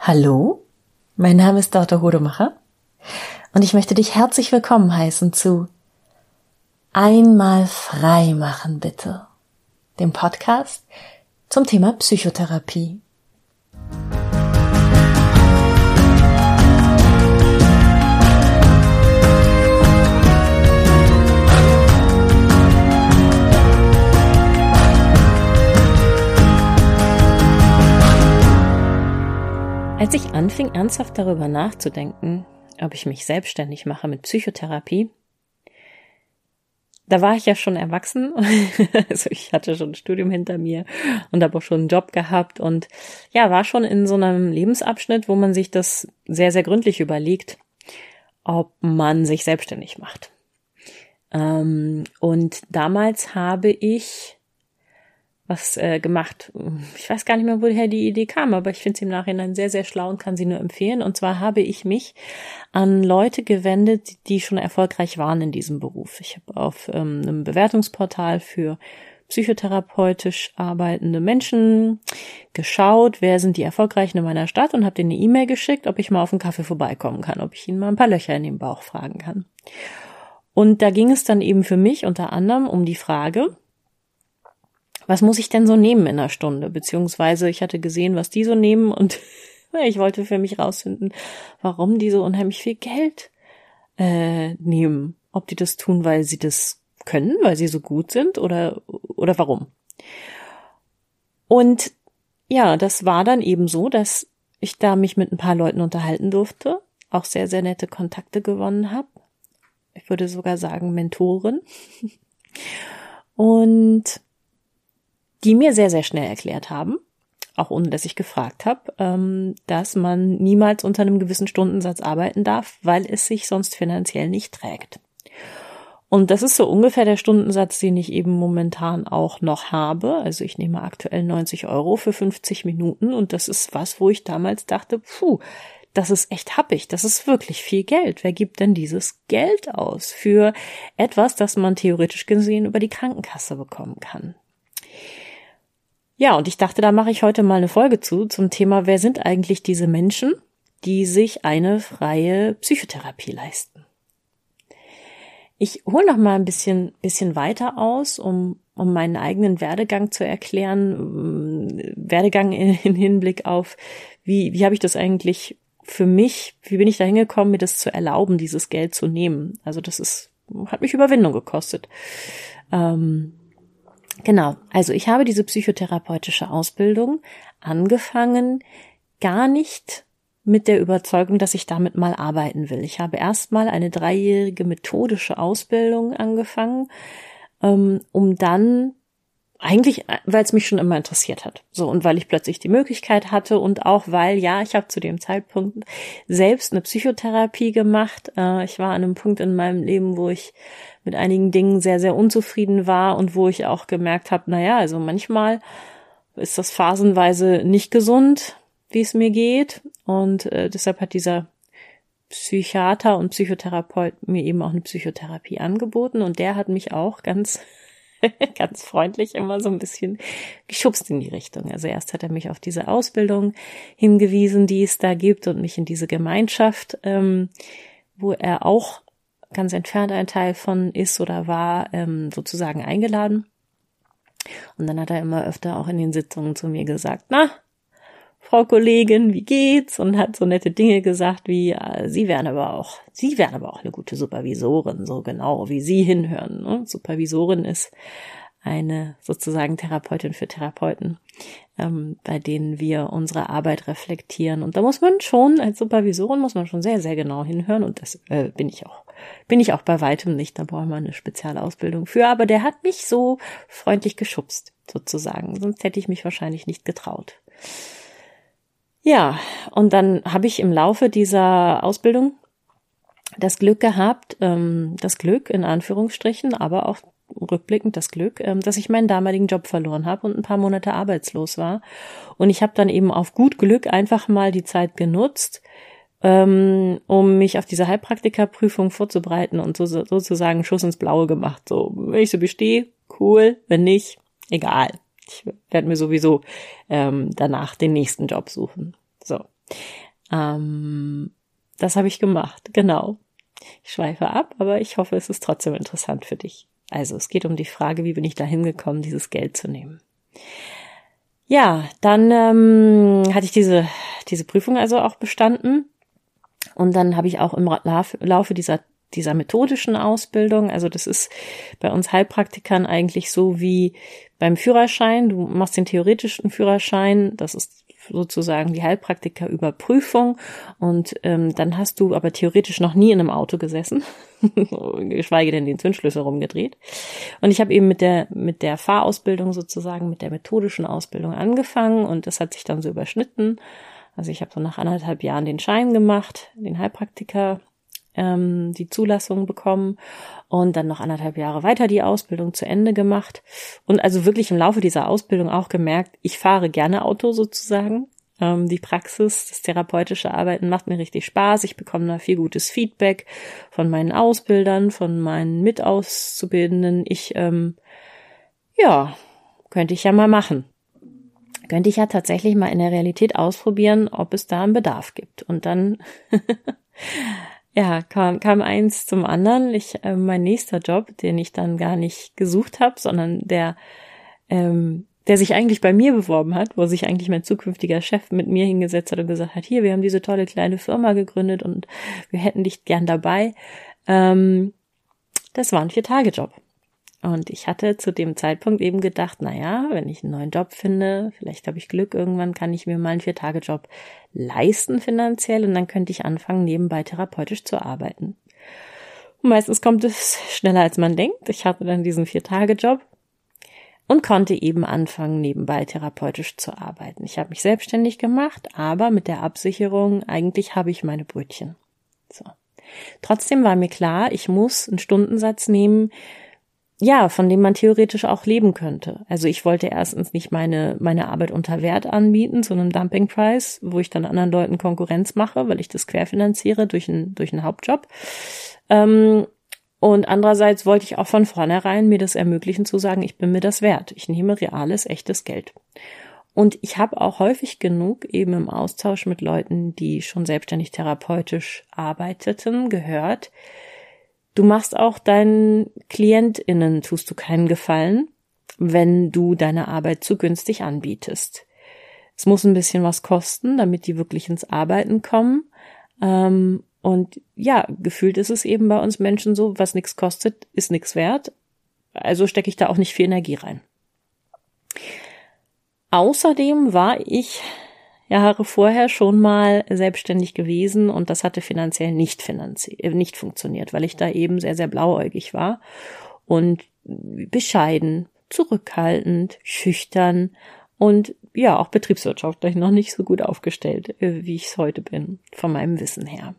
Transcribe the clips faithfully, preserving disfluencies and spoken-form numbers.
Hallo, mein Name ist Dorte Hodemacher und ich möchte dich herzlich willkommen heißen zu Einmal frei machen bitte, dem Podcast zum Thema Psychotherapie. Als ich anfing, ernsthaft darüber nachzudenken, ob ich mich selbstständig mache mit Psychotherapie, da war ich ja schon erwachsen, also ich hatte schon ein Studium hinter mir und habe auch schon einen Job gehabt und ja, war schon in so einem Lebensabschnitt, wo man sich das sehr, sehr gründlich überlegt, ob man sich selbstständig macht. Und damals habe ich was äh, gemacht. Ich weiß gar nicht mehr, woher die Idee kam, aber ich finde sie im Nachhinein sehr, sehr schlau und kann sie nur empfehlen. Und zwar habe ich mich an Leute gewendet, die schon erfolgreich waren in diesem Beruf. Ich habe auf ähm, einem Bewertungsportal für psychotherapeutisch arbeitende Menschen geschaut, wer sind die Erfolgreichen in meiner Stadt und habe denen eine E-Mail geschickt, ob ich mal auf einen Kaffee vorbeikommen kann, ob ich ihnen mal ein paar Löcher in den Bauch fragen kann. Und da ging es dann eben für mich unter anderem um die Frage, was muss ich denn so nehmen in einer Stunde? Beziehungsweise ich hatte gesehen, was die so nehmen und ich wollte für mich rausfinden, warum die so unheimlich viel Geld äh, nehmen. Ob die das tun, weil sie das können, weil sie so gut sind oder oder warum. Und ja, das war dann eben so, dass ich da mich mit ein paar Leuten unterhalten durfte, auch sehr, sehr nette Kontakte gewonnen habe. Ich würde sogar sagen Mentoren. Und die mir sehr, sehr schnell erklärt haben, auch ohne dass ich gefragt habe, dass man niemals unter einem gewissen Stundensatz arbeiten darf, weil es sich sonst finanziell nicht trägt. Und das ist so ungefähr der Stundensatz, den ich eben momentan auch noch habe. Also ich nehme aktuell neunzig Euro für fünfzig Minuten und das ist was, wo ich damals dachte, puh, das ist echt happig, das ist wirklich viel Geld. Wer gibt denn dieses Geld aus für etwas, das man theoretisch gesehen über die Krankenkasse bekommen kann? Ja, und ich dachte, da mache ich heute mal eine Folge zu, zum Thema, wer sind eigentlich diese Menschen, die sich eine freie Psychotherapie leisten. Ich hole noch mal ein bisschen, bisschen weiter aus, um, um meinen eigenen Werdegang zu erklären, Werdegang in, in Hinblick auf, wie, wie habe ich das eigentlich für mich, wie bin ich da hingekommen, mir das zu erlauben, dieses Geld zu nehmen. Also das ist, hat mich Überwindung gekostet. Ähm, Genau, also ich habe diese psychotherapeutische Ausbildung angefangen, gar nicht mit der Überzeugung, dass ich damit mal arbeiten will. Ich habe erstmal eine dreijährige methodische Ausbildung angefangen, um dann eigentlich, weil es mich schon immer interessiert hat. So, und weil ich plötzlich die Möglichkeit hatte und auch weil, ja, ich habe zu dem Zeitpunkt selbst eine Psychotherapie gemacht. Ich war an einem Punkt in meinem Leben, wo ich mit einigen Dingen sehr, sehr unzufrieden war und wo ich auch gemerkt habe, naja, also manchmal ist das phasenweise nicht gesund, wie es mir geht. Und äh, deshalb hat dieser Psychiater und Psychotherapeut mir eben auch eine Psychotherapie angeboten und der hat mich auch ganz ganz freundlich immer so ein bisschen geschubst in die Richtung. Also erst hat er mich auf diese Ausbildung hingewiesen, die es da gibt und mich in diese Gemeinschaft, ähm, wo er auch ganz entfernt ein Teil von ist oder war, ähm, sozusagen eingeladen. Und dann hat er immer öfter auch in den Sitzungen zu mir gesagt, na, Frau Kollegin, wie geht's? Und hat so nette Dinge gesagt wie, äh, Sie wären aber auch, Sie wären aber auch eine gute Supervisorin, so genau wie Sie hinhören. Ne? Supervisorin ist eine sozusagen Therapeutin für Therapeuten, ähm, bei denen wir unsere Arbeit reflektieren. Und da muss man schon, als Supervisorin muss man schon sehr, sehr genau hinhören. Und das äh, bin ich auch, bin ich auch bei weitem nicht. Da braucht man eine spezielle Ausbildung für. Aber der hat mich so freundlich geschubst, sozusagen. Sonst hätte ich mich wahrscheinlich nicht getraut. Ja, und dann habe ich im Laufe dieser Ausbildung das Glück gehabt, ähm, das Glück in Anführungsstrichen, aber auch rückblickend das Glück, ähm, dass ich meinen damaligen Job verloren habe und ein paar Monate arbeitslos war. Und ich habe dann eben auf gut Glück einfach mal die Zeit genutzt, ähm, um mich auf diese Heilpraktikerprüfung vorzubereiten und so, sozusagen Schuss ins Blaue gemacht. So, wenn ich so bestehe, cool, wenn nicht, egal. Ich werde mir sowieso ähm, danach den nächsten Job suchen. So. Ähm, das habe ich gemacht, genau. Ich schweife ab, aber ich hoffe, es ist trotzdem interessant für dich. Also es geht um die Frage, wie bin ich da hingekommen, dieses Geld zu nehmen. Ja, dann ähm, hatte ich diese diese Prüfung also auch bestanden und dann habe ich auch im Laufe dieser dieser methodischen Ausbildung, also das ist bei uns Heilpraktikern eigentlich so wie beim Führerschein. Du machst den theoretischen Führerschein, das ist sozusagen die Heilpraktikerüberprüfung und ähm, dann hast du aber theoretisch noch nie in einem Auto gesessen, geschweige denn den Zündschlüssel rumgedreht. Und ich habe eben mit der mit der Fahrausbildung sozusagen, mit der methodischen Ausbildung angefangen und das hat sich dann so überschnitten. Also ich habe so nach anderthalb Jahren den Schein gemacht, den Heilpraktiker, ähm, die Zulassung bekommen und dann noch anderthalb Jahre weiter die Ausbildung zu Ende gemacht und also wirklich im Laufe dieser Ausbildung auch gemerkt, ich fahre gerne Auto sozusagen. Ähm, die Praxis, das therapeutische Arbeiten macht mir richtig Spaß. Ich bekomme da viel gutes Feedback von meinen Ausbildern, von meinen Mitauszubildenden. Ich, ähm, ja, könnte ich ja mal machen. Könnte ich ja tatsächlich mal in der Realität ausprobieren, ob es da einen Bedarf gibt. Und dann ja, kam, kam eins zum anderen. Ich, äh, mein nächster Job, den ich dann gar nicht gesucht habe, sondern der, ähm, der sich eigentlich bei mir beworben hat, wo sich eigentlich mein zukünftiger Chef mit mir hingesetzt hat und gesagt hat, hier, wir haben diese tolle kleine Firma gegründet und wir hätten dich gern dabei. Ähm, das war ein Vier-Tage-Job. Und ich hatte zu dem Zeitpunkt eben gedacht, na ja, wenn ich einen neuen Job finde, vielleicht habe ich Glück, irgendwann kann ich mir mal einen Vier-Tage-Job leisten finanziell und dann könnte ich anfangen, nebenbei therapeutisch zu arbeiten. Und meistens kommt es schneller, als man denkt. Ich hatte dann diesen Vier-Tage-Job und konnte eben anfangen, nebenbei therapeutisch zu arbeiten. Ich habe mich selbstständig gemacht, aber mit der Absicherung, eigentlich habe ich meine Brötchen. So. Trotzdem war mir klar, ich muss einen Stundensatz nehmen, ja, von dem man theoretisch auch leben könnte. Also ich wollte erstens nicht meine meine Arbeit unter Wert anbieten, zu einem Dumpingpreis, wo ich dann anderen Leuten Konkurrenz mache, weil ich das querfinanziere durch einen durch einen Hauptjob. Ähm, und andererseits wollte ich auch von vornherein mir das ermöglichen zu sagen, ich bin mir das wert. Ich nehme reales, echtes Geld. Und ich habe auch häufig genug eben im Austausch mit Leuten, die schon selbstständig therapeutisch arbeiteten, gehört, du machst auch deinen KlientInnen, tust du keinen Gefallen, wenn du deine Arbeit zu günstig anbietest. Es muss ein bisschen was kosten, damit die wirklich ins Arbeiten kommen. Und ja, gefühlt ist es eben bei uns Menschen so, was nichts kostet, ist nichts wert. Also stecke ich da auch nicht viel Energie rein. Außerdem war ich Jahre vorher schon mal selbstständig gewesen und das hatte finanziell nicht finanziell, nicht funktioniert, weil ich da eben sehr, sehr blauäugig war und bescheiden, zurückhaltend, schüchtern und ja, auch betriebswirtschaftlich noch nicht so gut aufgestellt, wie ich es heute bin, von meinem Wissen her.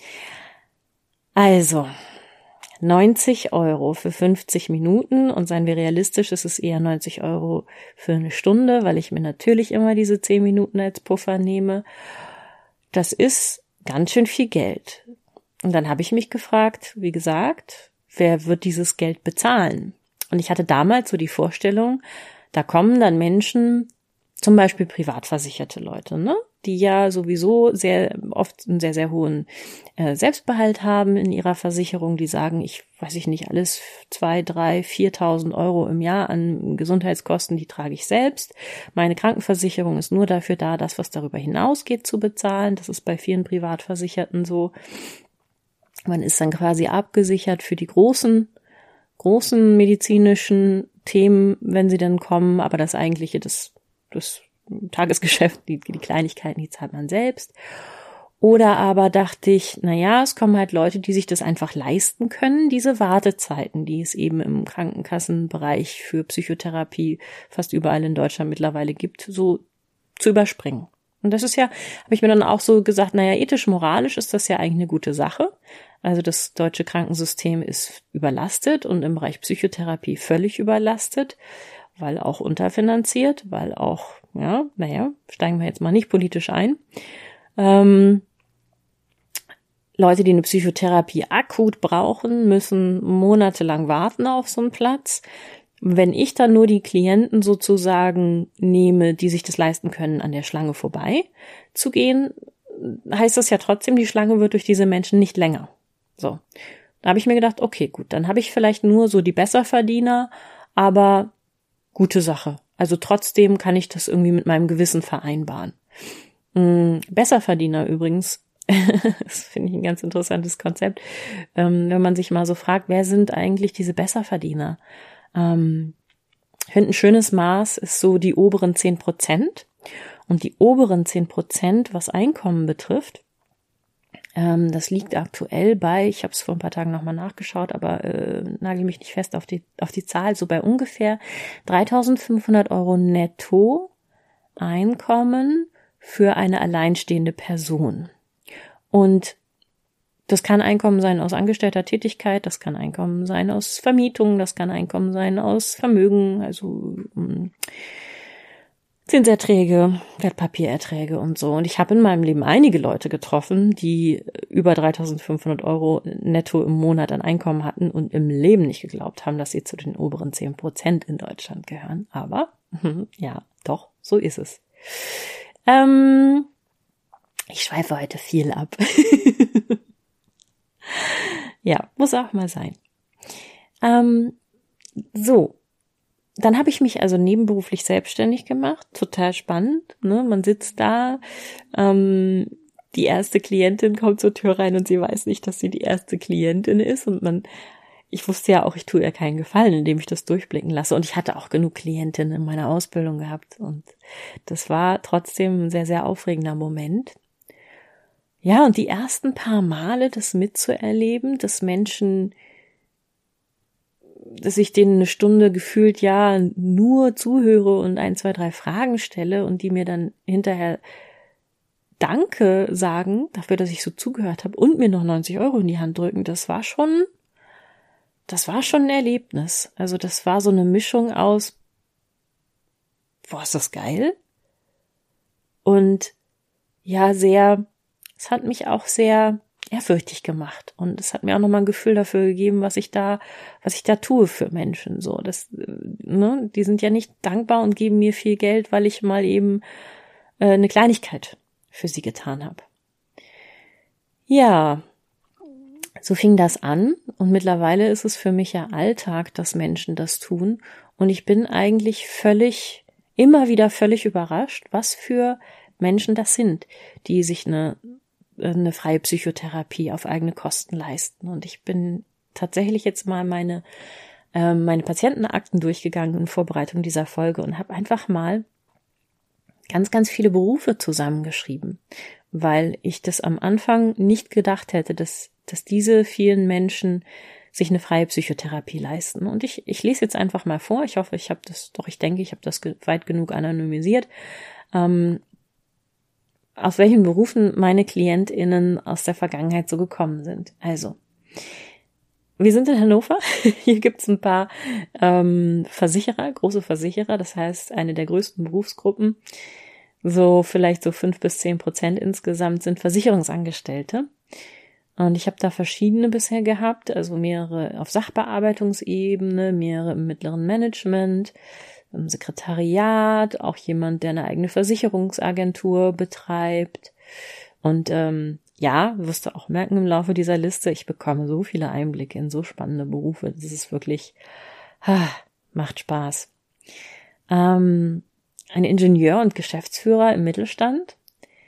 Also, neunzig Euro für fünfzig Minuten und seien wir realistisch, ist es eher neunzig Euro für eine Stunde, weil ich mir natürlich immer diese zehn Minuten als Puffer nehme. Das ist ganz schön viel Geld. Und dann habe ich mich gefragt, wie gesagt, wer wird dieses Geld bezahlen? Und ich hatte damals so die Vorstellung, da kommen dann Menschen, zum Beispiel privatversicherte Leute, ne? Die ja sowieso sehr oft einen sehr, sehr hohen äh, Selbstbehalt haben in ihrer Versicherung, die sagen, ich weiß ich nicht, alles zwei, drei, viertausend Euro im Jahr an Gesundheitskosten, die trage ich selbst. Meine Krankenversicherung ist nur dafür da, das, was darüber hinausgeht, zu bezahlen. Das ist bei vielen Privatversicherten so. Man ist dann quasi abgesichert für die großen, großen medizinischen Themen, wenn sie dann kommen, aber das eigentliche, das, das Tagesgeschäft, die, die Kleinigkeiten, die zahlt man selbst. Oder aber dachte ich, na ja, es kommen halt Leute, die sich das einfach leisten können, diese Wartezeiten, die es eben im Krankenkassenbereich für Psychotherapie fast überall in Deutschland mittlerweile gibt, so zu überspringen. Und das ist ja, habe ich mir dann auch so gesagt, naja, ethisch-moralisch ist das ja eigentlich eine gute Sache. Also das deutsche Krankensystem ist überlastet und im Bereich Psychotherapie völlig überlastet, weil auch unterfinanziert, weil auch, ja, naja, steigen wir jetzt mal nicht politisch ein. Ähm, Leute, die eine Psychotherapie akut brauchen, müssen monatelang warten auf so einen Platz. Wenn ich dann nur die Klienten sozusagen nehme, die sich das leisten können, an der Schlange vorbei zu gehen, heißt das ja trotzdem, die Schlange wird durch diese Menschen nicht länger. So. Da habe ich mir gedacht, okay, gut, dann habe ich vielleicht nur so die Besserverdiener, aber gute Sache. Also trotzdem kann ich das irgendwie mit meinem Gewissen vereinbaren. Mhm. Besserverdiener übrigens, das finde ich ein ganz interessantes Konzept, ähm, wenn man sich mal so fragt, wer sind eigentlich diese Besserverdiener? Ähm, ich finde, ein schönes Maß ist so die oberen zehn Prozent. Und die oberen zehn Prozent, was Einkommen betrifft, ähm, das liegt aktuell bei, ich habe es vor ein paar Tagen nochmal nachgeschaut, aber äh, nagel mich nicht fest auf die, auf die Zahl, so bei ungefähr dreitausendfünfhundert Euro netto Einkommen für eine alleinstehende Person. Und das kann Einkommen sein aus angestellter Tätigkeit, das kann Einkommen sein aus Vermietung, das kann Einkommen sein aus Vermögen, also um, Zinserträge, Wertpapiererträge und so. Und ich habe in meinem Leben einige Leute getroffen, die über dreitausendfünfhundert Euro netto im Monat an Einkommen hatten und im Leben nicht geglaubt haben, dass sie zu den oberen zehn Prozent in Deutschland gehören. Aber ja, doch, so ist es. Ähm, ich schweife heute viel ab. Ja, muss auch mal sein. Ähm, so. Dann habe ich mich also nebenberuflich selbstständig gemacht, total spannend, ne? Man sitzt da, ähm, die erste Klientin kommt zur Tür rein und sie weiß nicht, dass sie die erste Klientin ist und man, ich wusste ja auch, ich tue ihr keinen Gefallen, indem ich das durchblicken lasse und ich hatte auch genug Klientinnen in meiner Ausbildung gehabt und das war trotzdem ein sehr, sehr aufregender Moment. Ja, und die ersten paar Male das mitzuerleben, dass Menschen, dass ich denen eine Stunde gefühlt ja nur zuhöre und ein, zwei, drei Fragen stelle und die mir dann hinterher Danke sagen dafür, dass ich so zugehört habe und mir noch neunzig Euro in die Hand drücken, das war schon, das war schon ein Erlebnis. Also das war so eine Mischung aus, boah, ist das geil? Und ja, sehr, es hat mich auch sehr ehrfürchtig gemacht und es hat mir auch nochmal ein Gefühl dafür gegeben, was ich da, was ich da tue für Menschen. So, das, ne, die sind ja nicht dankbar und geben mir viel Geld, weil ich mal eben äh, eine Kleinigkeit für sie getan habe. Ja, so fing das an und mittlerweile ist es für mich ja Alltag, dass Menschen das tun und ich bin eigentlich völlig, immer wieder völlig überrascht, was für Menschen das sind, die sich eine eine freie Psychotherapie auf eigene Kosten leisten. Und ich bin tatsächlich jetzt mal meine äh, meine Patientenakten durchgegangen in Vorbereitung dieser Folge und habe einfach mal ganz, ganz viele Berufe zusammengeschrieben, weil ich das am Anfang nicht gedacht hätte, dass dass diese vielen Menschen sich eine freie Psychotherapie leisten. Und ich ich lese jetzt einfach mal vor. Ich hoffe, ich habe das, doch ich denke, ich habe das weit genug anonymisiert. Ähm, aus welchen Berufen meine KlientInnen aus der Vergangenheit so gekommen sind. Also, wir sind in Hannover. Hier gibt's ein paar ähm, Versicherer, große Versicherer. Das heißt, eine der größten Berufsgruppen, so vielleicht so fünf bis zehn Prozent insgesamt, sind Versicherungsangestellte. Und ich habe da verschiedene bisher gehabt, also mehrere auf Sachbearbeitungsebene, mehrere im mittleren Management, im Sekretariat, auch jemand, der eine eigene Versicherungsagentur betreibt. Und ähm, ja, wirst du auch merken im Laufe dieser Liste, ich bekomme so viele Einblicke in so spannende Berufe. Das ist wirklich, ah, macht Spaß. Ähm, ein Ingenieur und Geschäftsführer im Mittelstand,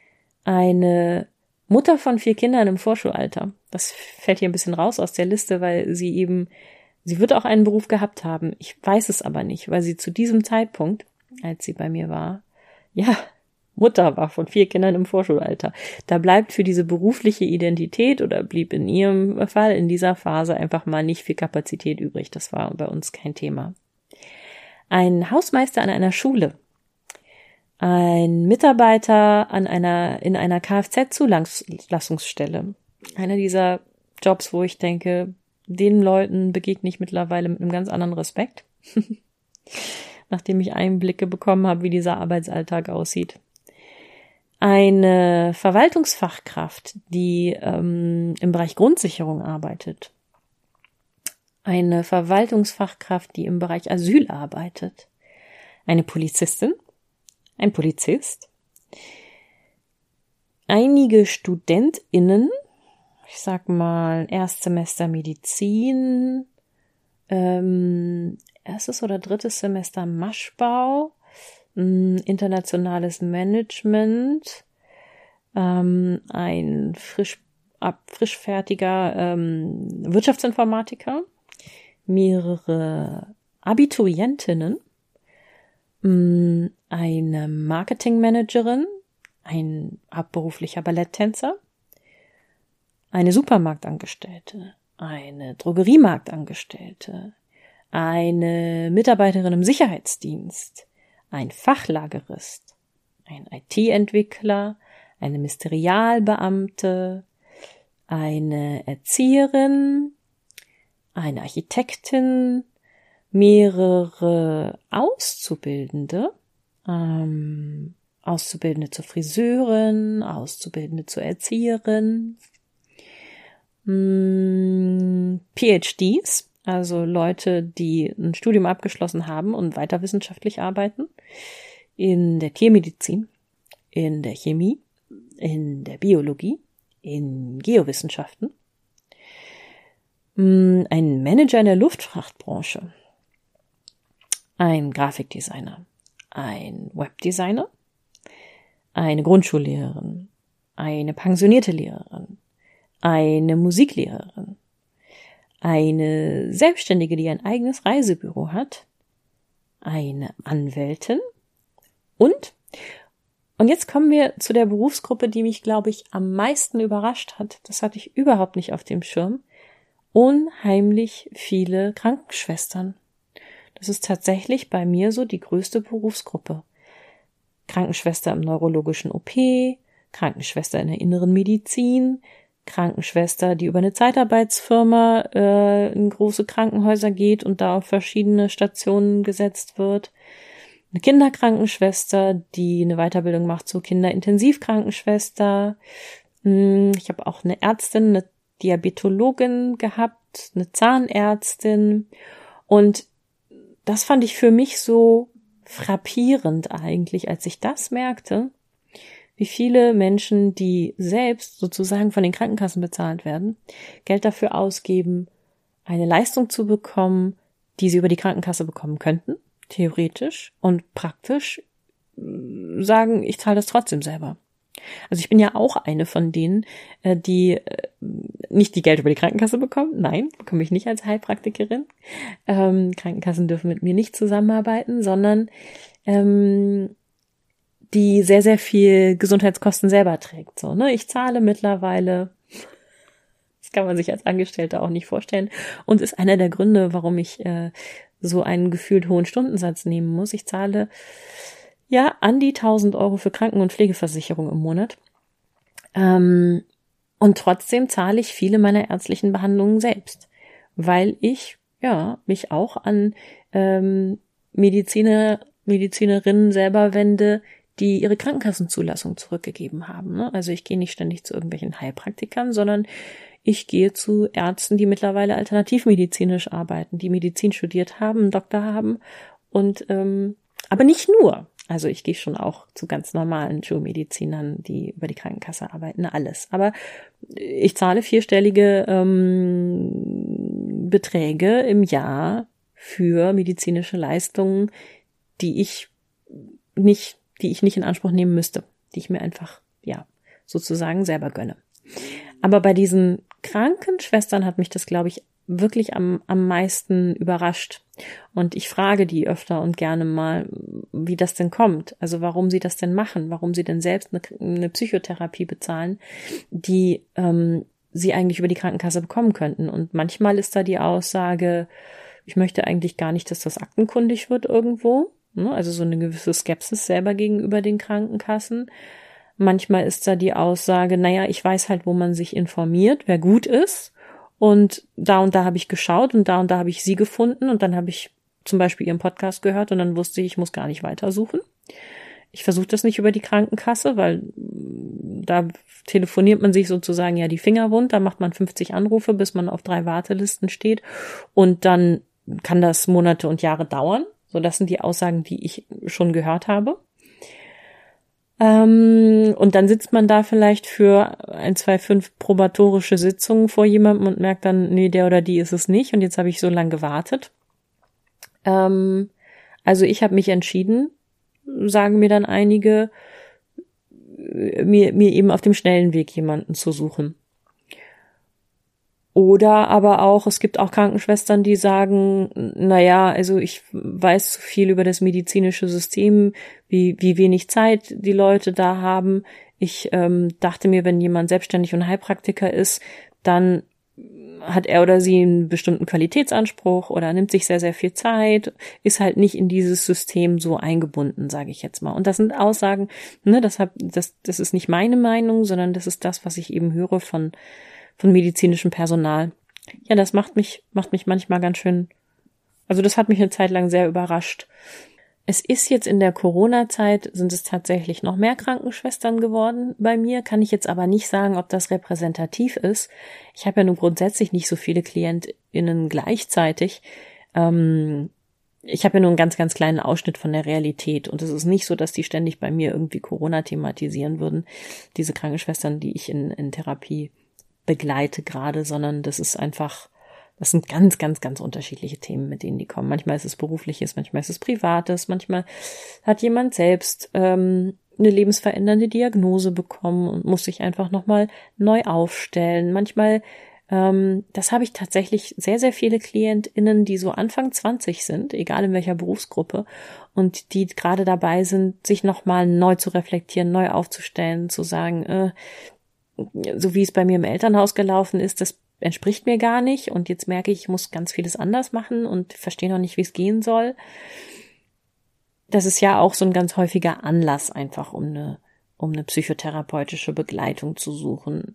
eine Mutter von vier Kindern im Vorschulalter. Das fällt hier ein bisschen raus aus der Liste, weil sie eben Sie wird auch einen Beruf gehabt haben. Ich weiß es aber nicht, weil sie zu diesem Zeitpunkt, als sie bei mir war, ja, Mutter war von vier Kindern im Vorschulalter. Da bleibt für diese berufliche Identität oder blieb in ihrem Fall in dieser Phase einfach mal nicht viel Kapazität übrig. Das war bei uns kein Thema. Ein Hausmeister an einer Schule. Ein Mitarbeiter an einer, in einer Kfz-Zulassungsstelle. Einer dieser Jobs, wo ich denke, den Leuten begegne ich mittlerweile mit einem ganz anderen Respekt, nachdem ich Einblicke bekommen habe, wie dieser Arbeitsalltag aussieht. Eine Verwaltungsfachkraft, die ähm, im Bereich Grundsicherung arbeitet. Eine Verwaltungsfachkraft, die im Bereich Asyl arbeitet. Eine Polizistin, ein Polizist. einige StudentInnen, ich sag mal Erstsemester Medizin, ähm, erstes oder drittes Semester Maschbau, mh, internationales Management, ähm, ein frisch ab frischfertiger ähm, Wirtschaftsinformatiker, mehrere Abiturientinnen, mh, eine Marketingmanagerin, ein hauptberuflicher Balletttänzer, eine Supermarktangestellte, eine Drogeriemarktangestellte, eine Mitarbeiterin im Sicherheitsdienst, ein Fachlagerist, ein I T-Entwickler, eine Ministerialbeamte, eine Erzieherin, eine Architektin, mehrere Auszubildende, ähm, Auszubildende zur Friseurin, Auszubildende zur Erzieherin, mh, P H Ds, also Leute, die ein Studium abgeschlossen haben und weiter wissenschaftlich arbeiten, in der Tiermedizin, in der Chemie, in der Biologie, in Geowissenschaften, mh, ein Manager in der Luftfrachtbranche, ein Grafikdesigner, ein Webdesigner, eine Grundschullehrerin, eine pensionierte Lehrerin, eine Musiklehrerin, eine Selbstständige, die ein eigenes Reisebüro hat, eine Anwältin und, und jetzt kommen wir zu der Berufsgruppe, die mich, glaube ich, am meisten überrascht hat. Das hatte ich überhaupt nicht auf dem Schirm. Unheimlich viele Krankenschwestern. Das ist tatsächlich bei mir so die größte Berufsgruppe. Krankenschwester im neurologischen O P, Krankenschwester in der inneren Medizin, Krankenschwester, die über eine Zeitarbeitsfirma äh, in große Krankenhäuser geht und da auf verschiedene Stationen gesetzt wird. Eine Kinderkrankenschwester, die eine Weiterbildung macht zur Kinderintensivkrankenschwester. Ich habe auch eine Ärztin, eine Diabetologin gehabt, eine Zahnärztin. Und das fand ich für mich so frappierend eigentlich, als ich das merkte, wie viele Menschen, die selbst sozusagen von den Krankenkassen bezahlt werden, Geld dafür ausgeben, eine Leistung zu bekommen, die sie über die Krankenkasse bekommen könnten, theoretisch, und praktisch sagen, ich zahle das trotzdem selber. Also ich bin ja auch eine von denen, die nicht die Geld über die Krankenkasse bekommen. Nein, bekomme ich nicht als Heilpraktikerin. Ähm, Krankenkassen dürfen mit mir nicht zusammenarbeiten, sondern ähm, die sehr, sehr viel Gesundheitskosten selber trägt. So, ne? Ich zahle mittlerweile, das kann man sich als Angestellte auch nicht vorstellen, und ist einer der Gründe, warum ich äh, so einen gefühlt hohen Stundensatz nehmen muss. Ich zahle ja an die tausend Euro für Kranken- und Pflegeversicherung im Monat. Ähm, und trotzdem zahle ich viele meiner ärztlichen Behandlungen selbst, weil ich ja mich auch an ähm, Mediziner, Medizinerinnen selber wende, die ihre Krankenkassenzulassung zurückgegeben haben. Ne? Also ich gehe nicht ständig zu irgendwelchen Heilpraktikern, sondern ich gehe zu Ärzten, die mittlerweile alternativmedizinisch arbeiten, die Medizin studiert haben, einen Doktor haben und ähm, aber nicht nur. Also ich gehe schon auch zu ganz normalen Schulmedizinern, die über die Krankenkasse arbeiten, alles. Aber ich zahle vierstellige ähm, Beträge im Jahr für medizinische Leistungen, die ich nicht, die ich nicht in Anspruch nehmen müsste, die ich mir einfach, ja, sozusagen selber gönne. Aber bei diesen Krankenschwestern hat mich das, glaube ich, wirklich am, am meisten überrascht. Und ich frage die öfter und gerne mal, wie das denn kommt. Also warum sie das denn machen, warum sie denn selbst eine, eine Psychotherapie bezahlen, die ähm, sie eigentlich über die Krankenkasse bekommen könnten. Und manchmal ist da die Aussage, ich möchte eigentlich gar nicht, dass das aktenkundig wird irgendwo. Also so eine gewisse Skepsis selber gegenüber den Krankenkassen. Manchmal ist da die Aussage, naja, ich weiß halt, wo man sich informiert, wer gut ist. Und da und da habe ich geschaut und da und da habe ich sie gefunden und dann habe ich zum Beispiel ihren Podcast gehört und dann wusste ich, ich muss gar nicht weitersuchen. Ich versuche das nicht über die Krankenkasse, weil da telefoniert man sich sozusagen ja die Finger wund, da macht man fünfzig Anrufe, bis man auf drei Wartelisten steht und dann kann das Monate und Jahre dauern. So, das sind die Aussagen, die ich schon gehört habe. Ähm, und dann sitzt man da vielleicht für ein, zwei, fünf probatorische Sitzungen vor jemandem und merkt dann, nee, der oder die ist es nicht und jetzt habe ich so lange gewartet. Ähm, also ich habe mich entschieden, sagen mir dann einige, mir, mir eben auf dem schnellen Weg jemanden zu suchen. Oder aber auch, es gibt auch Krankenschwestern, die sagen, naja, also ich weiß zu viel über das medizinische System, wie, wie wenig Zeit die Leute da haben. Ich ähm, dachte mir, wenn jemand selbstständig und Heilpraktiker ist, dann hat er oder sie einen bestimmten Qualitätsanspruch oder nimmt sich sehr, sehr viel Zeit, ist halt nicht in dieses System so eingebunden, sage ich jetzt mal. Und das sind Aussagen, ne, das, hab, das, das ist nicht meine Meinung, sondern das ist das, was ich eben höre von von medizinischem Personal. Ja, das macht mich, macht mich manchmal ganz schön, also das hat mich eine Zeit lang sehr überrascht. Es ist jetzt in der Corona-Zeit, sind es tatsächlich noch mehr Krankenschwestern geworden bei mir, kann ich jetzt aber nicht sagen, ob das repräsentativ ist. Ich habe ja nun grundsätzlich nicht so viele KlientInnen gleichzeitig. Ähm, ich habe ja nur einen ganz, ganz kleinen Ausschnitt von der Realität und es ist nicht so, dass die ständig bei mir irgendwie Corona thematisieren würden, diese Krankenschwestern, die ich in, in Therapie begleite gerade, sondern das ist einfach, das sind ganz, ganz, ganz unterschiedliche Themen, mit denen die kommen. Manchmal ist es Berufliches, manchmal ist es Privates, manchmal hat jemand selbst ähm, eine lebensverändernde Diagnose bekommen und muss sich einfach nochmal neu aufstellen. Manchmal, ähm, das habe ich tatsächlich sehr, sehr viele KlientInnen, die so Anfang zwanzig sind, egal in welcher Berufsgruppe, und die gerade dabei sind, sich nochmal neu zu reflektieren, neu aufzustellen, zu sagen, äh, so wie es bei mir im Elternhaus gelaufen ist, das entspricht mir gar nicht und jetzt merke ich, ich muss ganz vieles anders machen und verstehe noch nicht, wie es gehen soll. Das ist ja auch so ein ganz häufiger Anlass einfach, um eine, um eine psychotherapeutische Begleitung zu suchen.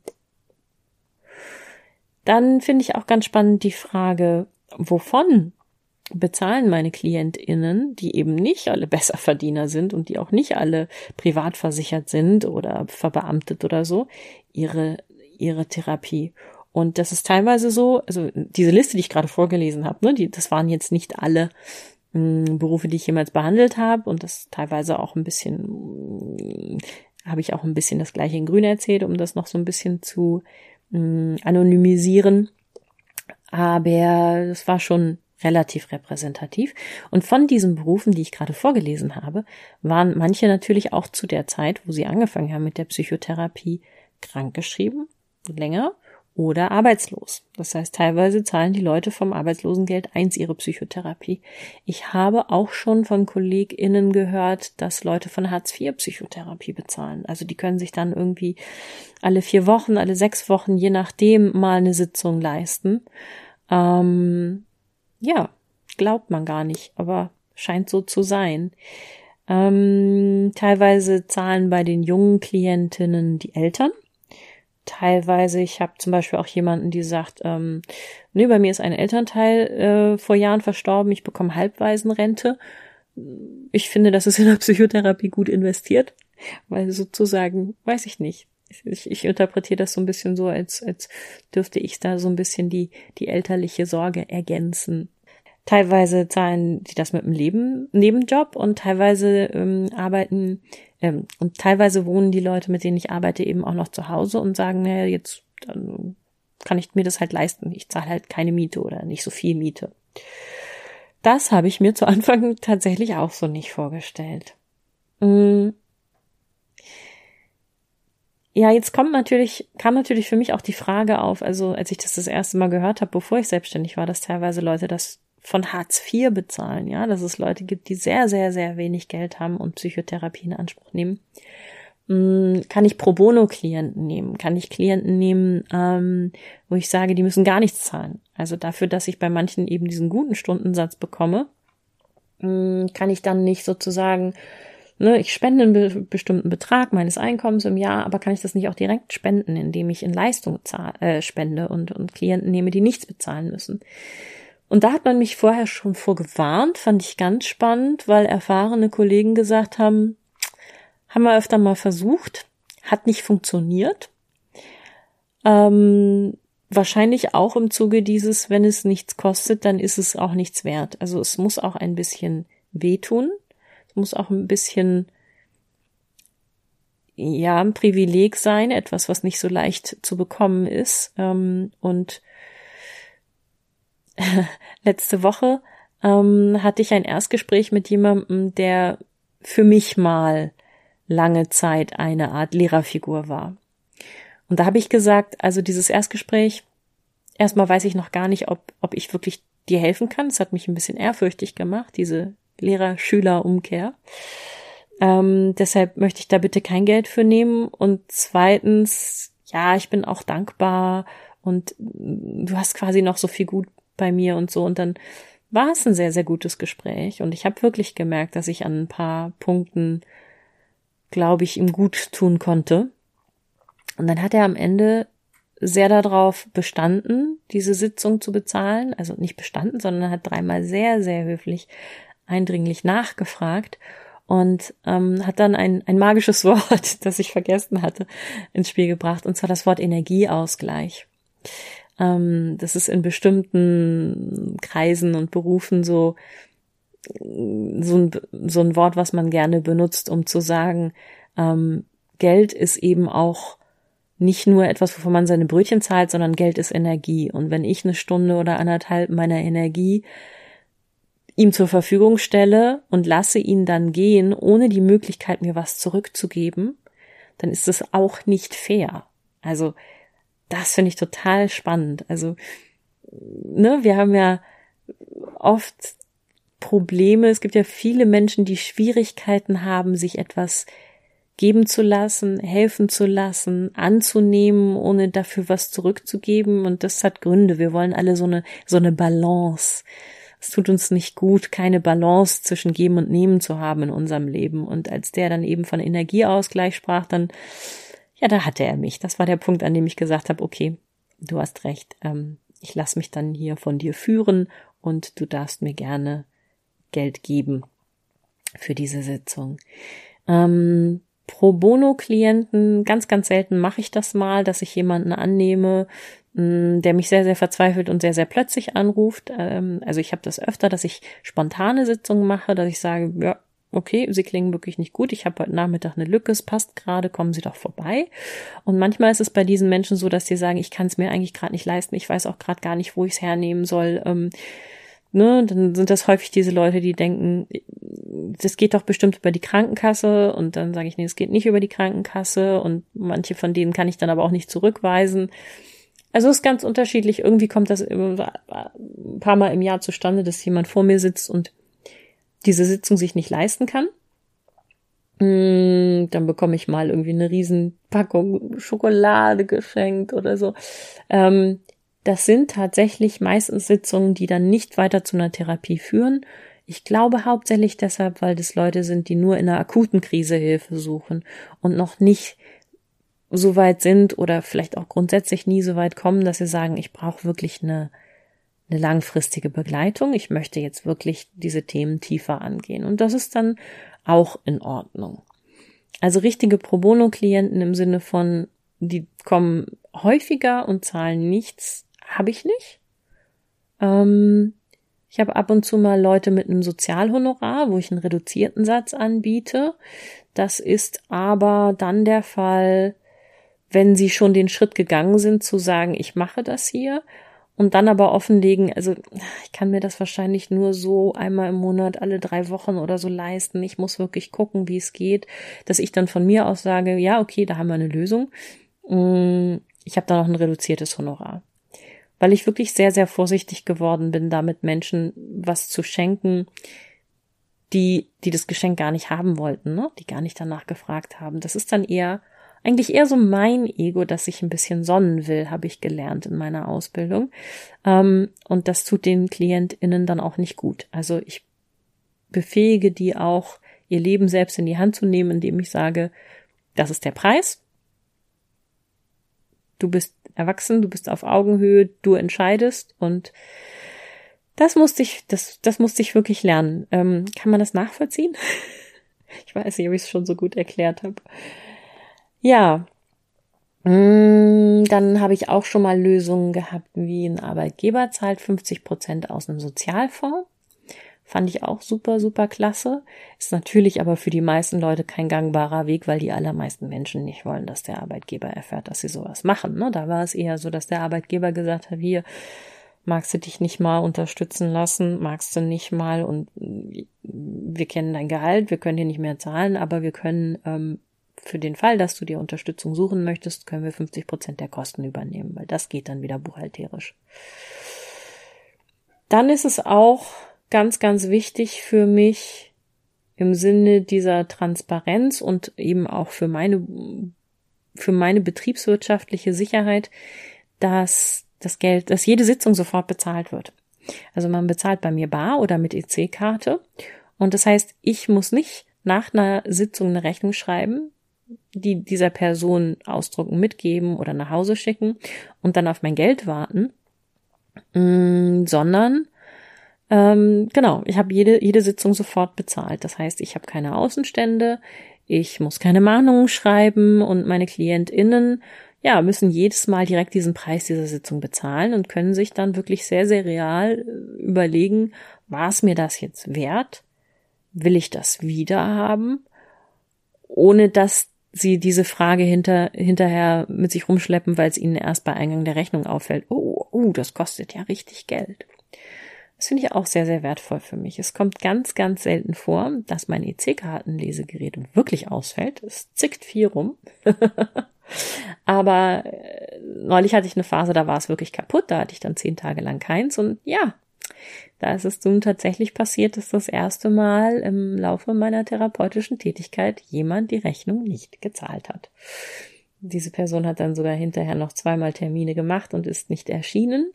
Dann finde ich auch ganz spannend die Frage, wovon bezahlen meine KlientInnen, die eben nicht alle Besserverdiener sind und die auch nicht alle privat versichert sind oder verbeamtet oder so, ihre, ihre Therapie. Und das ist teilweise so, also diese Liste, die ich gerade vorgelesen habe, ne, die, das waren jetzt nicht alle mh, Berufe, die ich jemals behandelt habe und das teilweise auch ein bisschen, habe ich auch ein bisschen das Gleiche in Grün erzählt, um das noch so ein bisschen zu mh, anonymisieren. Aber das war schon relativ repräsentativ. Und von diesen Berufen, die ich gerade vorgelesen habe, waren manche natürlich auch zu der Zeit, wo sie angefangen haben mit der Psychotherapie, krankgeschrieben, länger, oder arbeitslos. Das heißt, teilweise zahlen die Leute vom Arbeitslosengeld eins ihre Psychotherapie. Ich habe auch schon von KollegInnen gehört, dass Leute von Hartz vier Psychotherapie bezahlen. Also die können sich dann irgendwie alle vier Wochen, alle sechs Wochen, je nachdem, mal eine Sitzung leisten. Ähm, Ja, glaubt man gar nicht, aber scheint so zu sein. Ähm, teilweise zahlen bei den jungen Klientinnen die Eltern. Teilweise, ich habe zum Beispiel auch jemanden, die sagt, ähm, nee, bei mir ist ein Elternteil äh, vor Jahren verstorben, ich bekomme Halbwaisenrente. Ich finde, das ist in der Psychotherapie gut investiert, weil sozusagen, weiß ich nicht, Ich, ich interpretiere das so ein bisschen so, als, als dürfte ich da so ein bisschen die, die elterliche Sorge ergänzen. Teilweise zahlen die das mit einem Leben, Nebenjob und teilweise ähm, arbeiten ähm, und teilweise wohnen die Leute, mit denen ich arbeite, eben auch noch zu Hause und sagen, naja, jetzt dann kann ich mir das halt leisten. Ich zahle halt keine Miete oder nicht so viel Miete. Das habe ich mir zu Anfang tatsächlich auch so nicht vorgestellt. Mhm. Ja, jetzt kommt natürlich, kam natürlich für mich auch die Frage auf, also als ich das das erste Mal gehört habe, bevor ich selbstständig war, dass teilweise Leute das von Hartz vier bezahlen, ja, dass es Leute gibt, die sehr, sehr, sehr wenig Geld haben und Psychotherapie in Anspruch nehmen. Kann ich Pro Bono Klienten nehmen? Kann ich Klienten nehmen, ähm, wo ich sage, die müssen gar nichts zahlen? Also dafür, dass ich bei manchen eben diesen guten Stundensatz bekomme, kann ich dann nicht sozusagen, ne, ich spende einen be- bestimmten Betrag meines Einkommens im Jahr, aber kann ich das nicht auch direkt spenden, indem ich in Leistung zahl, äh, spende und, und Klienten nehme, die nichts bezahlen müssen? Und da hat man mich vorher schon vorgewarnt, fand ich ganz spannend, weil erfahrene Kollegen gesagt haben, haben wir öfter mal versucht, hat nicht funktioniert. Ähm, wahrscheinlich auch im Zuge dieses, wenn es nichts kostet, dann ist es auch nichts wert. Also es muss auch ein bisschen wehtun. Es muss auch ein bisschen ja ein Privileg sein, etwas, was nicht so leicht zu bekommen ist. Ähm, und letzte Woche ähm, hatte ich ein Erstgespräch mit jemandem, der für mich mal lange Zeit eine Art Lehrerfigur war. Und da habe ich gesagt, also dieses Erstgespräch, erstmal weiß ich noch gar nicht, ob, ob ich wirklich dir helfen kann. Es hat mich ein bisschen ehrfürchtig gemacht, diese Lehrer-Schüler-Umkehr. Ähm, deshalb möchte ich da bitte kein Geld für nehmen. Und zweitens, ja, ich bin auch dankbar und du hast quasi noch so viel gut bei mir und so. Und dann war es ein sehr, sehr gutes Gespräch. Und ich habe wirklich gemerkt, dass ich an ein paar Punkten, glaube ich, ihm gut tun konnte. Und dann hat er am Ende sehr darauf bestanden, diese Sitzung zu bezahlen. Also nicht bestanden, sondern hat dreimal sehr, sehr höflich, eindringlich nachgefragt und ähm, hat dann ein, ein magisches Wort, das ich vergessen hatte, ins Spiel gebracht, und zwar das Wort Energieausgleich. Ähm, das ist in bestimmten Kreisen und Berufen so, so ein, so ein Wort, was man gerne benutzt, um zu sagen, ähm, Geld ist eben auch nicht nur etwas, wovon man seine Brötchen zahlt, sondern Geld ist Energie. Und wenn ich eine Stunde oder anderthalb meiner Energie ihm zur Verfügung stelle und lasse ihn dann gehen, ohne die Möglichkeit, mir was zurückzugeben, dann ist es auch nicht fair. Also das finde ich total spannend. Also, ne, wir haben ja oft Probleme. Es gibt ja viele Menschen, die Schwierigkeiten haben, sich etwas geben zu lassen, helfen zu lassen, anzunehmen, ohne dafür was zurückzugeben. Und das hat Gründe. Wir wollen alle so eine, so eine Balance. Es tut uns nicht gut, keine Balance zwischen Geben und Nehmen zu haben in unserem Leben. Und als der dann eben von Energieausgleich sprach, dann, ja, da hatte er mich. Das war der Punkt, an dem ich gesagt habe, okay, du hast recht. Ähm, ich lasse mich dann hier von dir führen und du darfst mir gerne Geld geben für diese Sitzung. Ähm, Pro Bono-Klienten, ganz, ganz selten mache ich das mal, dass ich jemanden annehme, der mich sehr, sehr verzweifelt und sehr, sehr plötzlich anruft. Also ich habe das öfter, dass ich spontane Sitzungen mache, dass ich sage, ja, okay, Sie klingen wirklich nicht gut, ich habe heute Nachmittag eine Lücke, es passt gerade, kommen Sie doch vorbei. Und manchmal ist es bei diesen Menschen so, dass die sagen, ich kann es mir eigentlich gerade nicht leisten, ich weiß auch gerade gar nicht, wo ich es hernehmen soll. Ähm, ne, dann sind das häufig diese Leute, die denken, das geht doch bestimmt über die Krankenkasse, und dann sage ich, nee, es geht nicht über die Krankenkasse, und manche von denen kann ich dann aber auch nicht zurückweisen. Also es ist ganz unterschiedlich. Irgendwie kommt das ein paar Mal im Jahr zustande, dass jemand vor mir sitzt und diese Sitzung sich nicht leisten kann. Dann bekomme ich mal irgendwie eine Riesenpackung Schokolade geschenkt oder so. Das sind tatsächlich meistens Sitzungen, die dann nicht weiter zu einer Therapie führen. Ich glaube hauptsächlich deshalb, weil das Leute sind, die nur in einer akuten Krise Hilfe suchen und noch nicht so weit sind oder vielleicht auch grundsätzlich nie so weit kommen, dass sie sagen, ich brauche wirklich eine, eine langfristige Begleitung. Ich möchte jetzt wirklich diese Themen tiefer angehen. Und das ist dann auch in Ordnung. Also richtige Pro Bono-Klienten im Sinne von, die kommen häufiger und zahlen nichts, habe ich nicht. Ähm, ich habe ab und zu mal Leute mit einem Sozialhonorar, wo ich einen reduzierten Satz anbiete. Das ist aber dann der Fall, wenn sie schon den Schritt gegangen sind, zu sagen, ich mache das hier, und dann aber offenlegen, also ich kann mir das wahrscheinlich nur so einmal im Monat, alle drei Wochen oder so leisten. Ich muss wirklich gucken, wie es geht, dass ich dann von mir aus sage, ja, okay, da haben wir eine Lösung. Ich habe da noch ein reduziertes Honorar. Weil ich wirklich sehr, sehr vorsichtig geworden bin, damit Menschen was zu schenken, die, die das Geschenk gar nicht haben wollten, ne? Die gar nicht danach gefragt haben. Das ist dann eher, eigentlich eher so mein Ego, das sich ein bisschen sonnen will, habe ich gelernt in meiner Ausbildung. Ähm, und das tut den KlientInnen dann auch nicht gut. Also ich befähige die auch, ihr Leben selbst in die Hand zu nehmen, indem ich sage, das ist der Preis. Du bist erwachsen, du bist auf Augenhöhe, du entscheidest, und das musste ich, das, das musste ich wirklich lernen. Ähm, kann man das nachvollziehen? Ich weiß nicht, ob ich es schon so gut erklärt habe. Ja, dann habe ich auch schon mal Lösungen gehabt, wie ein Arbeitgeber zahlt fünfzig Prozent aus einem Sozialfonds. Fand ich auch super, super klasse. Ist natürlich aber für die meisten Leute kein gangbarer Weg, weil die allermeisten Menschen nicht wollen, dass der Arbeitgeber erfährt, dass sie sowas machen. Ne? Da war es eher so, dass der Arbeitgeber gesagt hat, hier, magst du dich nicht mal unterstützen lassen, magst du nicht mal und wir kennen dein Gehalt, wir können dir nicht mehr zahlen, aber wir können ähm, für den Fall, dass du dir Unterstützung suchen möchtest, können wir fünfzig Prozent der Kosten übernehmen, weil das geht dann wieder buchhalterisch. Dann ist es auch ganz, ganz wichtig für mich im Sinne dieser Transparenz und eben auch für meine, für meine betriebswirtschaftliche Sicherheit, dass das Geld, dass jede Sitzung sofort bezahlt wird. Also man bezahlt bei mir bar oder mit E C-Karte. Und das heißt, ich muss nicht nach einer Sitzung eine Rechnung schreiben, die dieser Person ausdrucken, mitgeben oder nach Hause schicken und dann auf mein Geld warten, mh, sondern ähm, genau, ich habe jede jede Sitzung sofort bezahlt. Das heißt, ich habe keine Außenstände, ich muss keine Mahnungen schreiben und meine KlientInnen ja, müssen jedes Mal direkt diesen Preis dieser Sitzung bezahlen und können sich dann wirklich sehr, sehr real überlegen, war es mir das jetzt wert? Will ich das wieder haben? Ohne dass sie diese Frage hinter, hinterher mit sich rumschleppen, weil es ihnen erst bei Eingang der Rechnung auffällt. Oh, oh, das kostet ja richtig Geld. Das finde ich auch sehr, sehr wertvoll für mich. Es kommt ganz, ganz selten vor, dass mein E C-Kartenlesegerät wirklich ausfällt. Es zickt viel rum. Aber äh, neulich hatte ich eine Phase, da war es wirklich kaputt, da hatte ich dann zehn Tage lang keins und ja, da ist es nun tatsächlich passiert, dass das erste Mal im Laufe meiner therapeutischen Tätigkeit jemand die Rechnung nicht gezahlt hat. Diese Person hat dann sogar hinterher noch zweimal Termine gemacht und ist nicht erschienen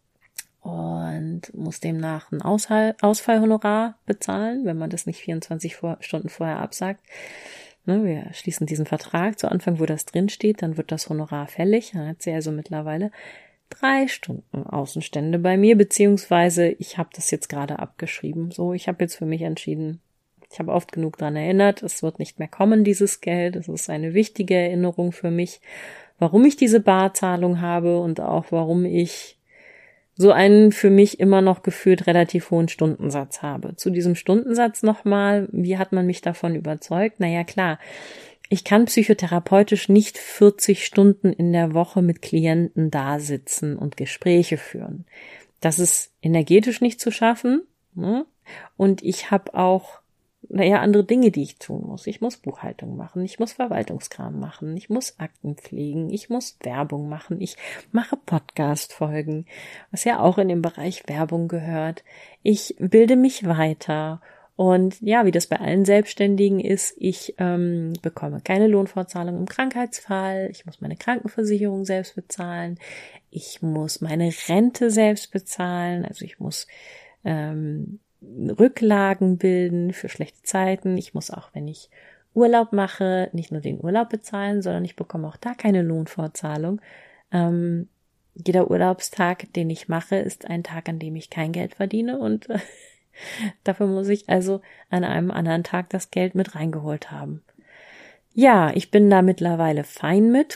und muss demnach ein Ausfall, Ausfallhonorar bezahlen, wenn man das nicht vierundzwanzig Stunden vorher absagt. Ne, wir schließen diesen Vertrag zu Anfang, wo das drin steht, dann wird das Honorar fällig. Dann hat sie also mittlerweile drei Stunden Außenstände bei mir, beziehungsweise ich habe das jetzt gerade abgeschrieben. So, ich habe jetzt für mich entschieden, ich habe oft genug dran erinnert, es wird nicht mehr kommen, dieses Geld. Es ist eine wichtige Erinnerung für mich, warum ich diese Barzahlung habe und auch warum ich so einen für mich immer noch gefühlt relativ hohen Stundensatz habe. Zu diesem Stundensatz nochmal, wie hat man mich davon überzeugt? Naja, klar, ich kann psychotherapeutisch nicht vierzig Stunden in der Woche mit Klienten da sitzen und Gespräche führen. Das ist energetisch nicht zu schaffen, ne? Und ich habe auch naja, andere Dinge, die ich tun muss. Ich muss Buchhaltung machen, ich muss Verwaltungskram machen, ich muss Akten pflegen, ich muss Werbung machen, ich mache Podcast-Folgen, was ja auch in den Bereich Werbung gehört. Ich bilde mich weiter und ja, wie das bei allen Selbstständigen ist, ich ähm, bekomme keine Lohnfortzahlung im Krankheitsfall, ich muss meine Krankenversicherung selbst bezahlen, ich muss meine Rente selbst bezahlen, also ich muss ähm, Rücklagen bilden für schlechte Zeiten. Ich muss auch, wenn ich Urlaub mache, nicht nur den Urlaub bezahlen, sondern ich bekomme auch da keine Lohnfortzahlung. Ähm, jeder Urlaubstag, den ich mache, ist ein Tag, an dem ich kein Geld verdiene und äh, dafür muss ich also an einem anderen Tag das Geld mit reingeholt haben. Ja, ich bin da mittlerweile fein mit,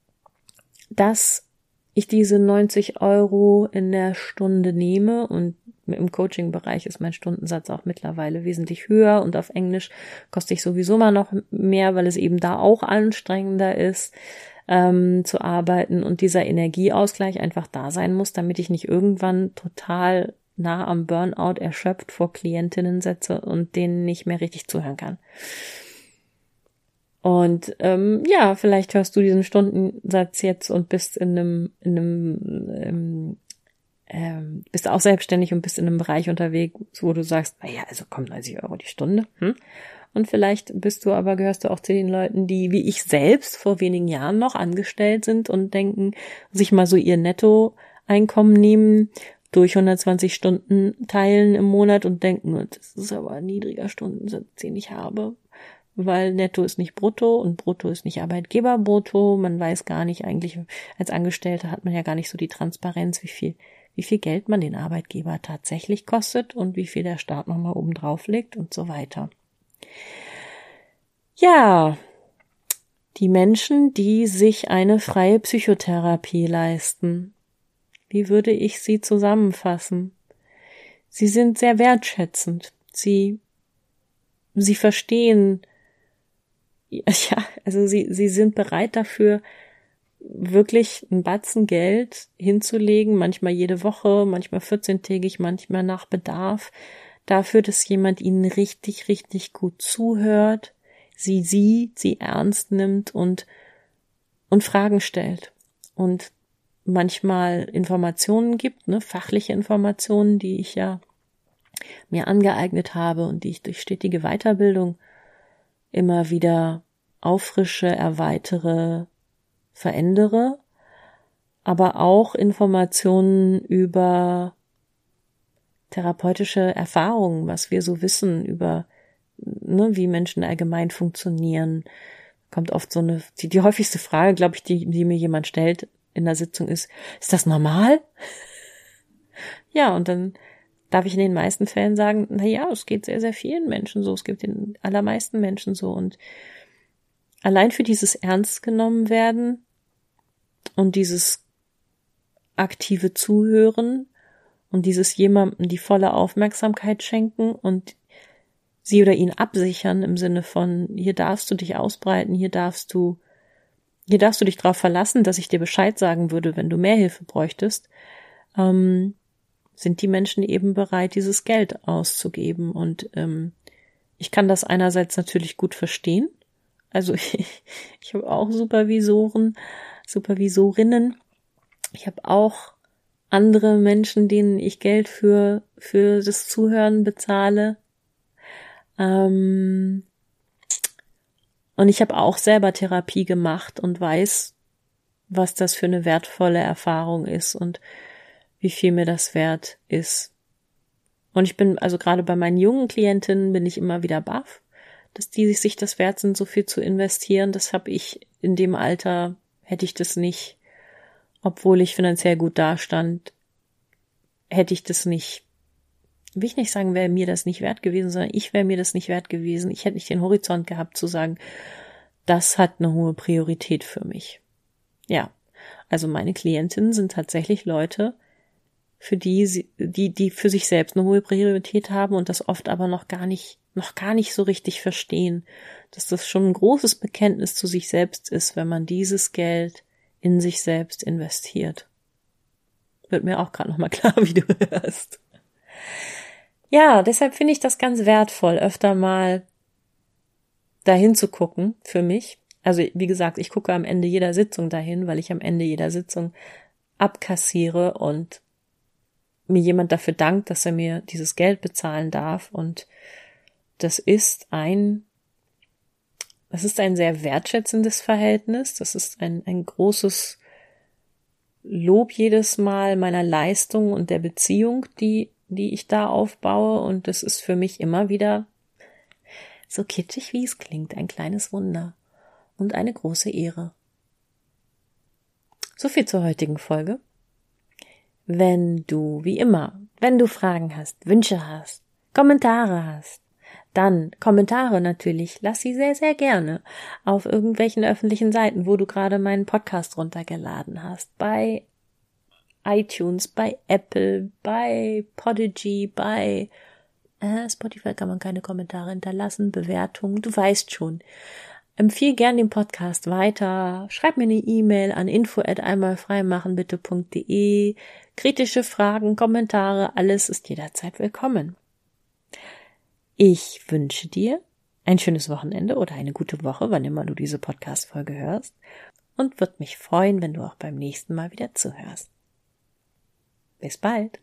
dass ich diese neunzig Euro in der Stunde nehme und im Coaching-Bereich ist mein Stundensatz auch mittlerweile wesentlich höher und auf Englisch koste ich sowieso mal noch mehr, weil es eben da auch anstrengender ist, ähm, zu arbeiten und dieser Energieausgleich einfach da sein muss, damit ich nicht irgendwann total nah am Burnout erschöpft vor Klientinnen setze und denen nicht mehr richtig zuhören kann. Und ähm, ja, vielleicht hörst du diesen Stundensatz jetzt und bist in einem, in einem ähm, ähm, bist auch selbstständig und bist in einem Bereich unterwegs, wo du sagst, naja, also komm, neunzig Euro die Stunde. Hm? Und vielleicht bist du aber, gehörst du auch zu den Leuten, die wie ich selbst vor wenigen Jahren noch angestellt sind und denken, sich mal so ihr Nettoeinkommen nehmen, durch hundertzwanzig Stunden teilen im Monat und denken, das ist aber ein niedriger Stundensatz, den ich habe. Weil Netto ist nicht Brutto und Brutto ist nicht Arbeitgeberbrutto. Man weiß gar nicht eigentlich, als Angestellter hat man ja gar nicht so die Transparenz, wie viel, wie viel Geld man den Arbeitgeber tatsächlich kostet und wie viel der Staat nochmal oben drauf legt und so weiter. Ja, die Menschen, die sich eine freie Psychotherapie leisten. Wie würde ich sie zusammenfassen? Sie sind sehr wertschätzend. Sie, sie verstehen, ja, also sie, sie sind bereit dafür, wirklich einen Batzen Geld hinzulegen, manchmal jede Woche, manchmal vierzehntägig, manchmal nach Bedarf, dafür, dass jemand ihnen richtig, richtig gut zuhört, sie sieht, sie ernst nimmt und, und Fragen stellt und manchmal Informationen gibt, ne, fachliche Informationen, die ich ja mir angeeignet habe und die ich durch stetige Weiterbildung immer wieder auffrische, erweitere, verändere, aber auch Informationen über therapeutische Erfahrungen, was wir so wissen über, ne, wie Menschen allgemein funktionieren. Kommt oft so eine, die, die häufigste Frage, glaube ich, die, die mir jemand stellt in der Sitzung ist, ist das normal? Ja, und dann darf ich in den meisten Fällen sagen, na ja, es geht sehr, sehr vielen Menschen so, es gibt den allermeisten Menschen so und allein für dieses ernst genommen werden und dieses aktive Zuhören und dieses jemandem die volle Aufmerksamkeit schenken und sie oder ihn absichern im Sinne von, hier darfst du dich ausbreiten, hier darfst du, hier darfst du dich darauf verlassen, dass ich dir Bescheid sagen würde, wenn du mehr Hilfe bräuchtest, ähm, sind die Menschen eben bereit, dieses Geld auszugeben. Und ähm, ich kann das einerseits natürlich gut verstehen. Also ich, ich habe auch Supervisoren, Supervisorinnen. Ich habe auch andere Menschen, denen ich Geld für für das Zuhören bezahle. Ähm, und ich habe auch selber Therapie gemacht und weiß, was das für eine wertvolle Erfahrung ist und wie viel mir das wert ist. Und ich bin, also gerade bei meinen jungen Klientinnen bin ich immer wieder baff, dass die sich das wert sind, so viel zu investieren. Das habe ich in dem Alter, hätte ich das nicht, obwohl ich finanziell gut dastand, hätte ich das nicht, will ich nicht sagen, wäre mir das nicht wert gewesen, sondern ich wäre mir das nicht wert gewesen. Ich hätte nicht den Horizont gehabt zu sagen, das hat eine hohe Priorität für mich. Ja, also meine Klientinnen sind tatsächlich Leute, für die sie, die, die für sich selbst eine hohe Priorität haben und das oft aber noch gar nicht, noch gar nicht so richtig verstehen, dass das schon ein großes Bekenntnis zu sich selbst ist, wenn man dieses Geld in sich selbst investiert. Wird mir auch gerade nochmal klar, wie du hörst. Ja, deshalb finde ich das ganz wertvoll, öfter mal dahin zu gucken für mich. Also wie gesagt, ich gucke am Ende jeder Sitzung dahin, weil ich am Ende jeder Sitzung abkassiere und mir jemand dafür dankt, dass er mir dieses Geld bezahlen darf. Und das ist ein, das ist ein sehr wertschätzendes Verhältnis. Das ist ein, ein großes Lob jedes Mal meiner Leistung und der Beziehung, die, die ich da aufbaue. Und das ist für mich immer wieder so kitschig, wie es klingt, ein kleines Wunder und eine große Ehre. So viel zur heutigen Folge. Wenn du, wie immer, wenn du Fragen hast, Wünsche hast, Kommentare hast, dann Kommentare natürlich, lass sie sehr, sehr gerne auf irgendwelchen öffentlichen Seiten, wo du gerade meinen Podcast runtergeladen hast, bei iTunes, bei Apple, bei Podigy, bei äh, Spotify kann man keine Kommentare hinterlassen, Bewertungen, du weißt schon. Empfehle gern den Podcast weiter, schreib mir eine E-Mail an info at einmalfreimachenbitte punkt de. Kritische Fragen, Kommentare, alles ist jederzeit willkommen. Ich wünsche dir ein schönes Wochenende oder eine gute Woche, wann immer du diese Podcast-Folge hörst, und würde mich freuen, wenn du auch beim nächsten Mal wieder zuhörst. Bis bald!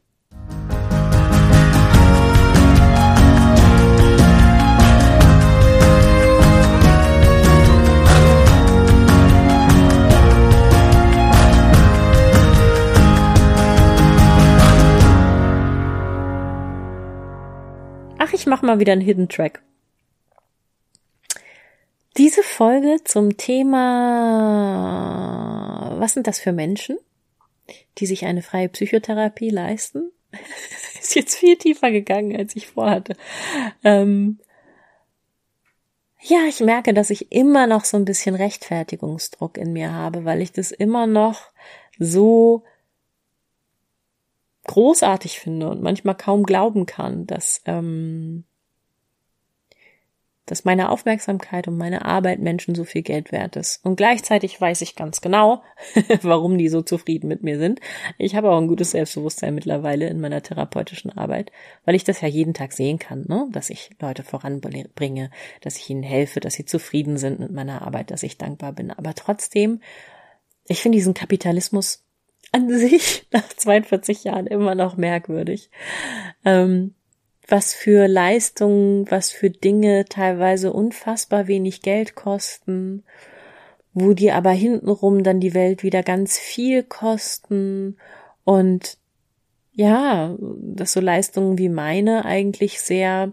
Ach, ich mache mal wieder einen Hidden Track. Diese Folge zum Thema, was sind das für Menschen, die sich eine freie Psychotherapie leisten, ist jetzt viel tiefer gegangen, als ich vorhatte. Ähm, ja, ich merke, dass ich immer noch so ein bisschen Rechtfertigungsdruck in mir habe, weil ich das immer noch so großartig finde und manchmal kaum glauben kann, dass ähm, dass meine Aufmerksamkeit und meine Arbeit Menschen so viel Geld wert ist. Und gleichzeitig weiß ich ganz genau, warum die so zufrieden mit mir sind. Ich habe auch ein gutes Selbstbewusstsein mittlerweile in meiner therapeutischen Arbeit, weil ich das ja jeden Tag sehen kann, ne? Dass ich Leute voranbringe, dass ich ihnen helfe, dass sie zufrieden sind mit meiner Arbeit, dass ich dankbar bin. Aber trotzdem, ich finde diesen Kapitalismus an sich nach zweiundvierzig Jahren immer noch merkwürdig. Ähm, was für Leistungen, was für Dinge teilweise unfassbar wenig Geld kosten, wo die aber hintenrum dann die Welt wieder ganz viel kosten und ja, dass so Leistungen wie meine eigentlich sehr,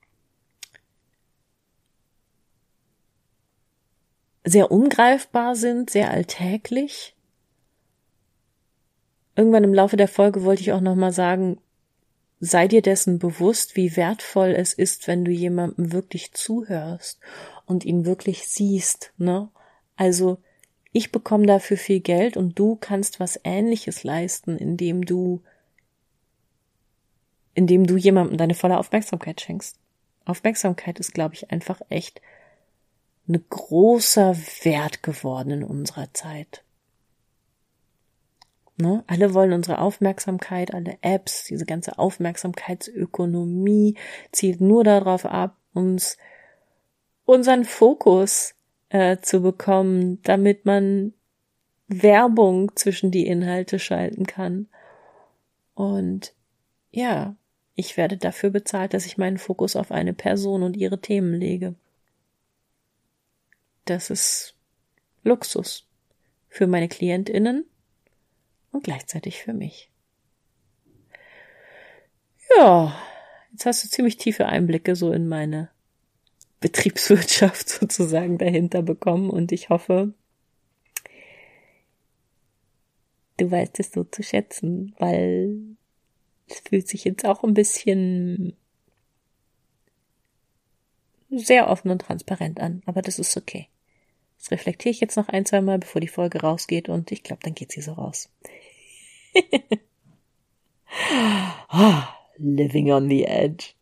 sehr ungreifbar sind, sehr alltäglich. Irgendwann im Laufe der Folge wollte ich auch nochmal sagen, sei dir dessen bewusst, wie wertvoll es ist, wenn du jemandem wirklich zuhörst und ihn wirklich siehst, ne? Also, ich bekomme dafür viel Geld und du kannst was Ähnliches leisten, indem du, indem du jemandem deine volle Aufmerksamkeit schenkst. Aufmerksamkeit ist, glaube ich, einfach echt ein großer Wert geworden in unserer Zeit. Ne? Alle wollen unsere Aufmerksamkeit, alle Apps, diese ganze Aufmerksamkeitsökonomie zielt nur darauf ab, uns unseren Fokus äh, zu bekommen, damit man Werbung zwischen die Inhalte schalten kann. Und ja, ich werde dafür bezahlt, dass ich meinen Fokus auf eine Person und ihre Themen lege. Das ist Luxus für meine KlientInnen und gleichzeitig für mich. Ja, jetzt hast du ziemlich tiefe Einblicke so in meine Betriebswirtschaft sozusagen dahinter bekommen und ich hoffe, du weißt es so zu schätzen, weil es fühlt sich jetzt auch ein bisschen sehr offen und transparent an, aber das ist okay. Das reflektiere ich jetzt noch ein, zwei Mal, bevor die Folge rausgeht und ich glaube, dann geht sie so raus. Living on the edge.